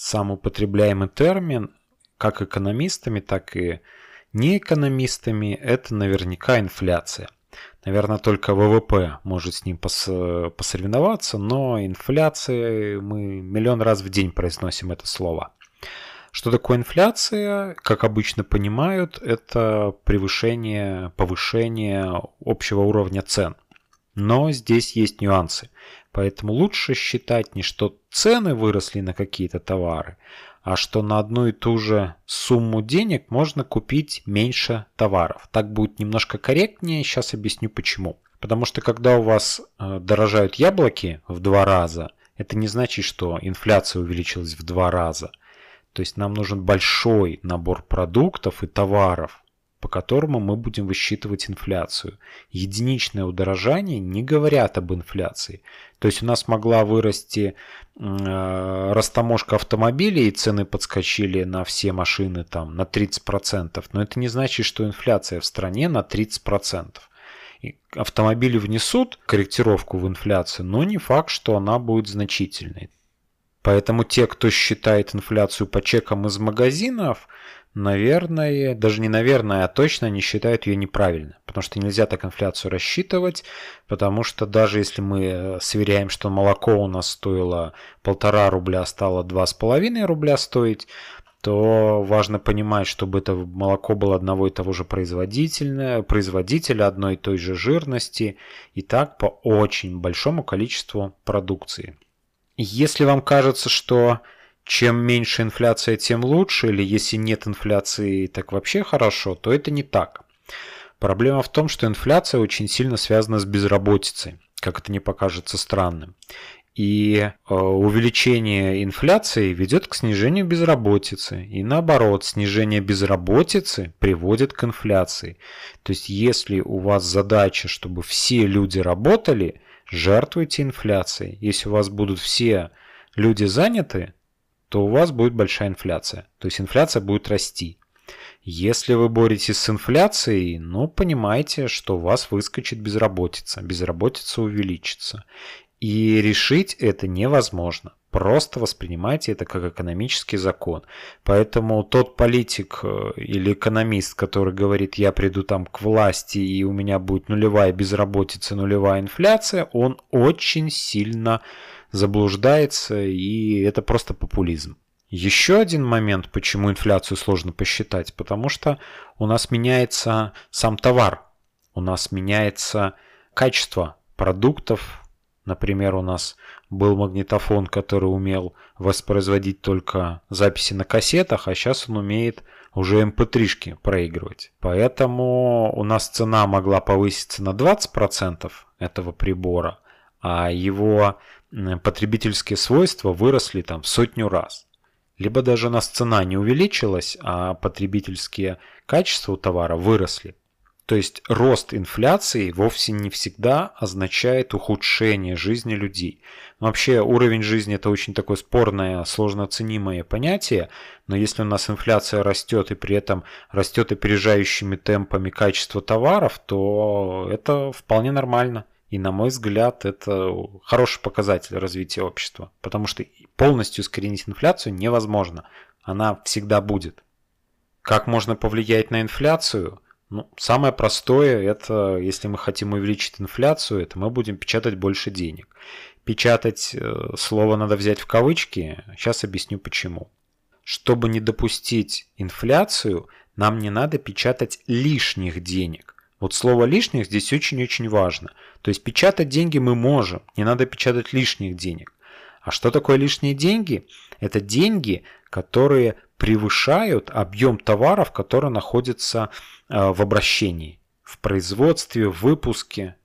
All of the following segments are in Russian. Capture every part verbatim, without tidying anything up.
сам употребляемый термин как экономистами, так и неэкономистами, это наверняка инфляция. Наверное, только вэ вэ пэ может с ним пос- посоревноваться, но инфляция, мы миллион раз в день произносим это слово. Что такое инфляция, как обычно понимают, это превышение, повышение общего уровня цен. Но здесь есть нюансы. Поэтому лучше считать не что цены выросли на какие-то товары, а что на одну и ту же сумму денег можно купить меньше товаров. Так будет немножко корректнее, сейчас объясню почему. Потому что когда у вас дорожают яблоки в два раза, это не значит, что инфляция увеличилась в два раза. То есть нам нужен большой набор продуктов и товаров, по которому мы будем высчитывать инфляцию. Единичное удорожание не говорят об инфляции. То есть у нас могла вырасти э, растаможка автомобилей, и цены подскочили на все машины там, на тридцать процентов. Но это не значит, что инфляция в стране на тридцать процентов. И автомобили внесут корректировку в инфляцию, но не факт, что она будет значительной. Поэтому те, кто считает инфляцию по чекам из магазинов, наверное, даже не наверное, а точно не считают ее неправильно. Потому что нельзя так инфляцию рассчитывать, потому что даже если мы сверяем, что молоко у нас стоило полтора рубля, стало два с половиной рубля стоить, то важно понимать, чтобы это молоко было одного и того же производителя, производителя одной и той же жирности, и так по очень большому количеству продукции. Если вам кажется, что чем меньше инфляция, тем лучше, или если нет инфляции, так вообще хорошо, то это не так. Проблема в том, что инфляция очень сильно связана с безработицей, как это не покажется странным. И э, увеличение инфляции ведет к снижению безработицы. И наоборот, снижение безработицы приводит к инфляции. То есть если у вас задача, чтобы все люди работали, жертвуйте инфляцией. Если у вас будут все люди заняты, то у вас будет большая инфляция. То есть инфляция будет расти. Если вы боретесь с инфляцией, ну, понимаете, что у вас выскочит безработица. Безработица увеличится. И решить это невозможно. Просто воспринимайте это как экономический закон. Поэтому тот политик или экономист, который говорит, я приду там к власти и у меня будет нулевая безработица, нулевая инфляция, он очень сильно заблуждается, и это просто популизм. Еще один момент, почему инфляцию сложно посчитать, потому что у нас меняется сам товар, у нас меняется качество продуктов. Например, у нас был магнитофон, который умел воспроизводить только записи на кассетах, а сейчас он умеет уже эм пэ три-шки проигрывать. Поэтому у нас цена могла повыситься на двадцать процентов этого прибора, а его потребительские свойства выросли там в сотню раз. Либо даже у нас цена не увеличилась, а потребительские качества у товара выросли. То есть рост инфляции вовсе не всегда означает ухудшение жизни людей. Вообще уровень жизни это очень такое спорное, сложно оценимое понятие, но если у нас инфляция растет и при этом растет опережающими темпами качество товаров, то это вполне нормально. И на мой взгляд это хороший показатель развития общества, потому что полностью искоренить инфляцию невозможно, она всегда будет. Как можно повлиять на инфляцию? Ну, самое простое, это если мы хотим увеличить инфляцию, это мы будем печатать больше денег. Печатать э, слово надо взять в кавычки, сейчас объясню почему. Чтобы не допустить инфляцию, нам не надо печатать лишних денег. Вот слово лишних здесь очень-очень важно. То есть печатать деньги мы можем, не надо печатать лишних денег. А что такое лишние деньги? Это деньги, которые превышают объем товаров, которые находятся в обращении, в производстве, в выпуске.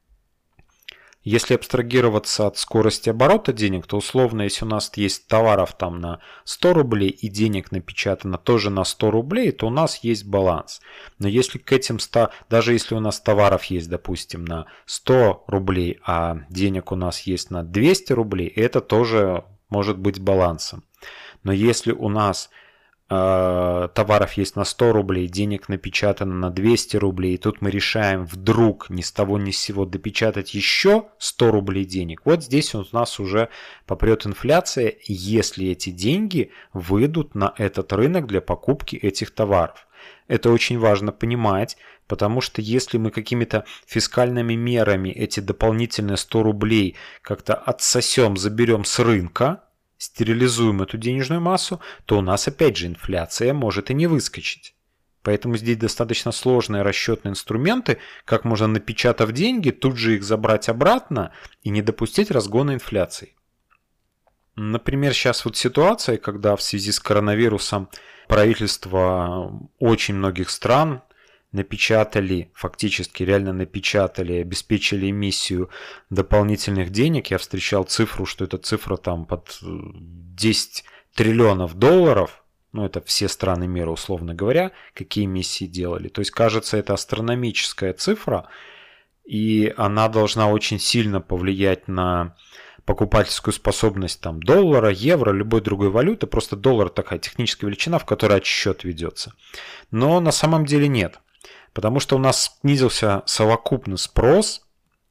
Если абстрагироваться от скорости оборота денег, то условно, если у нас есть товаров там на сто рублей и денег напечатано тоже на сто рублей, то у нас есть баланс. Но если к этим ста, даже если у нас товаров есть, допустим, на сто рублей, а денег у нас есть на двести рублей, это тоже может быть балансом. Но если у нас товаров есть на сто рублей, денег напечатано на двести рублей, и тут мы решаем вдруг ни с того ни с сего допечатать еще сто рублей денег, вот здесь у нас уже попрет инфляция, если эти деньги выйдут на этот рынок для покупки этих товаров. Это очень важно понимать, потому что если мы какими-то фискальными мерами эти дополнительные сто рублей как-то отсосем, заберем с рынка, стерилизуем эту денежную массу, то у нас опять же инфляция может и не выскочить. Поэтому здесь достаточно сложные расчетные инструменты, как можно, напечатав деньги, тут же их забрать обратно и не допустить разгона инфляции. Например, сейчас вот ситуация, когда в связи с коронавирусом правительства очень многих стран напечатали, фактически реально напечатали, обеспечили эмиссию дополнительных денег. Я встречал цифру, что эта цифра там под десять триллионов долларов. Ну, это все страны мира, условно говоря, какие эмиссии делали. То есть, кажется, это астрономическая цифра, и она должна очень сильно повлиять на покупательскую способность там, доллара, евро, любой другой валюты. Просто доллар такая техническая величина, в которой отсчет ведется. Но на самом деле нет. Потому что у нас снизился совокупный спрос,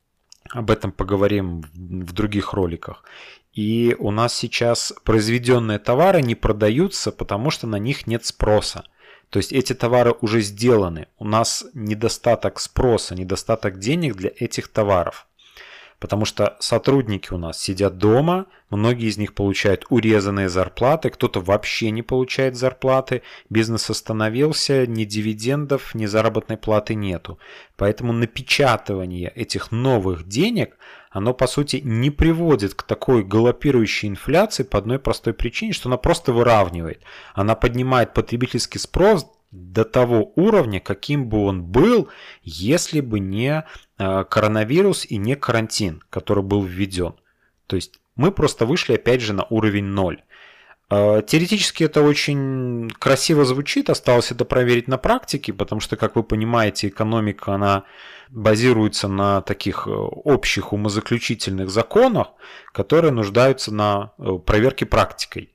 об этом поговорим в других роликах, и у нас сейчас произведенные товары не продаются, потому что на них нет спроса. То есть эти товары уже сделаны, у нас недостаток спроса, недостаток денег для этих товаров. Потому что сотрудники у нас сидят дома, многие из них получают урезанные зарплаты, кто-то вообще не получает зарплаты, бизнес остановился, ни дивидендов, ни заработной платы нету. Поэтому напечатывание этих новых денег, оно по сути не приводит к такой галопирующей инфляции по одной простой причине, что она просто выравнивает. Она поднимает потребительский спрос до того уровня, каким бы он был, если бы не коронавирус и не карантин, который был введен. То есть мы просто вышли опять же на уровень ноль. Теоретически это очень красиво звучит, осталось это проверить на практике, потому что, как вы понимаете, экономика, она базируется на таких общих умозаключительных законах, которые нуждаются на проверке практикой.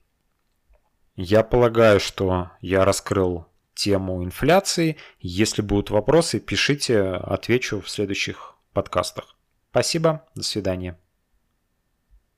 Я полагаю, что я раскрыл тему инфляции. Если будут вопросы, пишите, отвечу в следующих подкастах. Спасибо, до свидания.